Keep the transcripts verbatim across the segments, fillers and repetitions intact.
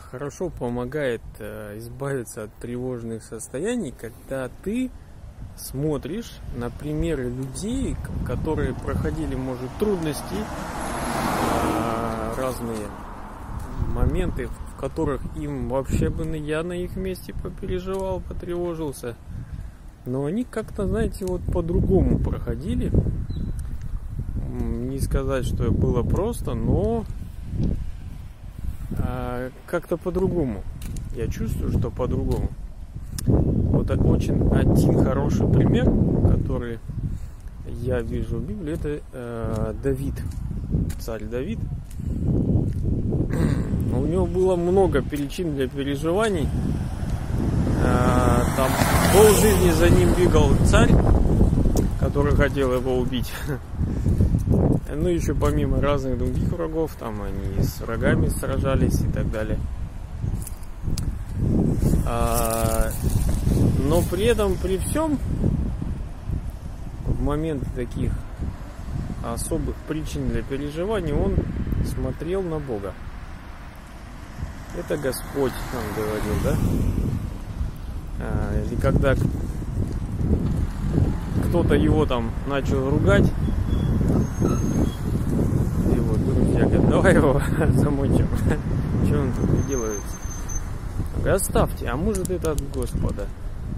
хорошо помогает избавиться от тревожных состояний, когда ты смотришь на примеры людей, которые проходили, может, трудности, разные моменты, в которых им вообще бы я на их месте попереживал, потревожился. Но они как-то, знаете, вот по-другому проходили. Не сказать, что было просто, но а, как-то по-другому. Я чувствую, что по-другому. Вот очень один хороший пример, который я вижу в Библии, это э, Давид, царь Давид. У него было много причин для переживаний. Э, там полжизни за ним бегал царь, который хотел его убить. Ну, еще помимо разных других врагов, там они с врагами сражались и так далее. А, но при этом, при всем, в момент таких особых причин для переживаний, он смотрел на Бога. Это Господь, он говорил, да? А, или когда кто-то его там начал ругать, и вот друзья говорят, давай его замочим. Что он тут делает? Оставьте, а может это от Господа.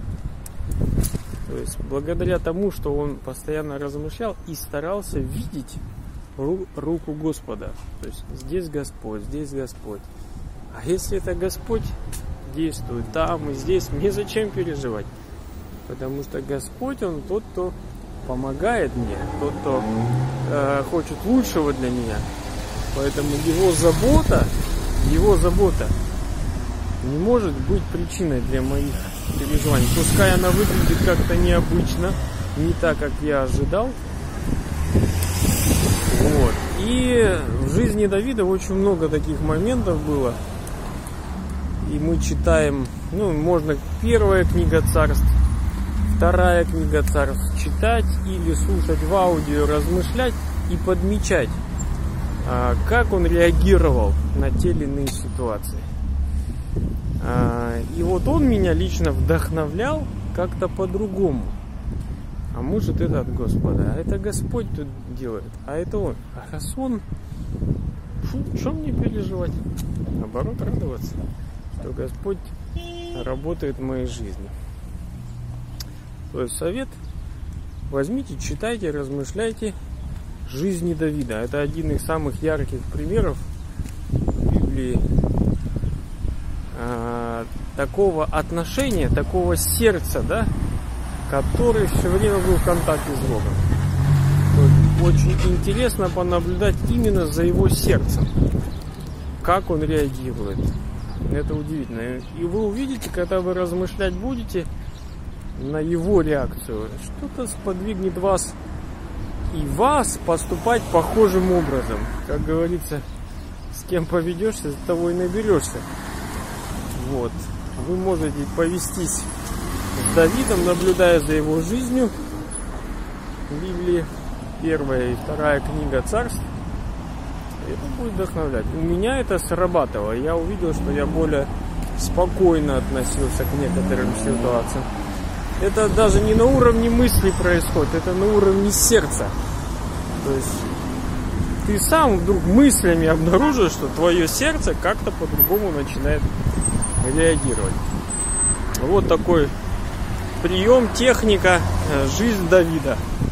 То есть благодаря тому, что он постоянно размышлял и старался видеть ру- руку Господа. То есть здесь Господь, здесь Господь. А если это Господь действует там и здесь, мне зачем переживать? Потому что Господь, он тот, кто помогает мне, тот, кто э, хочет лучшего для меня. Поэтому его забота, его забота не может быть причиной для моих переживаний. Пускай она выглядит как-то необычно, не так, как я ожидал. Вот. И в жизни Давида очень много таких моментов было. И мы читаем, ну, можно первая книга Царств, вторая книга Царств читать или слушать в аудио, размышлять и подмечать, как он реагировал на те или иные ситуации. И вот он меня лично вдохновлял как-то по-другому. А может это от Господа. А это Господь тут делает. А это он. А раз он, фу, что мне переживать? Наоборот, радоваться, что Господь работает в моей жизни. То есть совет: возьмите, читайте, размышляйте жизни Давида. Это один из самых ярких примеров в Библии такого отношения, такого сердца, да, который все время был в контакте с Богом. Очень интересно понаблюдать именно за его сердцем, как он реагирует. Это удивительно. И вы увидите, когда вы размышлять будете на его реакцию, что-то сподвигнет вас и вас поступать похожим образом. Как говорится, с кем поведешься, с того и наберешься. Вот. Вы можете повестись с Давидом, наблюдая за его жизнью. В Библии первая и вторая книга Царств. Это будет вдохновлять. У меня это срабатывало. Я увидел, что я более спокойно относился к некоторым ситуациям. Это даже не на уровне мыслей происходит, это на уровне сердца. То есть ты сам вдруг мыслями обнаружишь, что твое сердце как-то по-другому начинает реагировать. Вот такой прием, техника, жизнь Давида.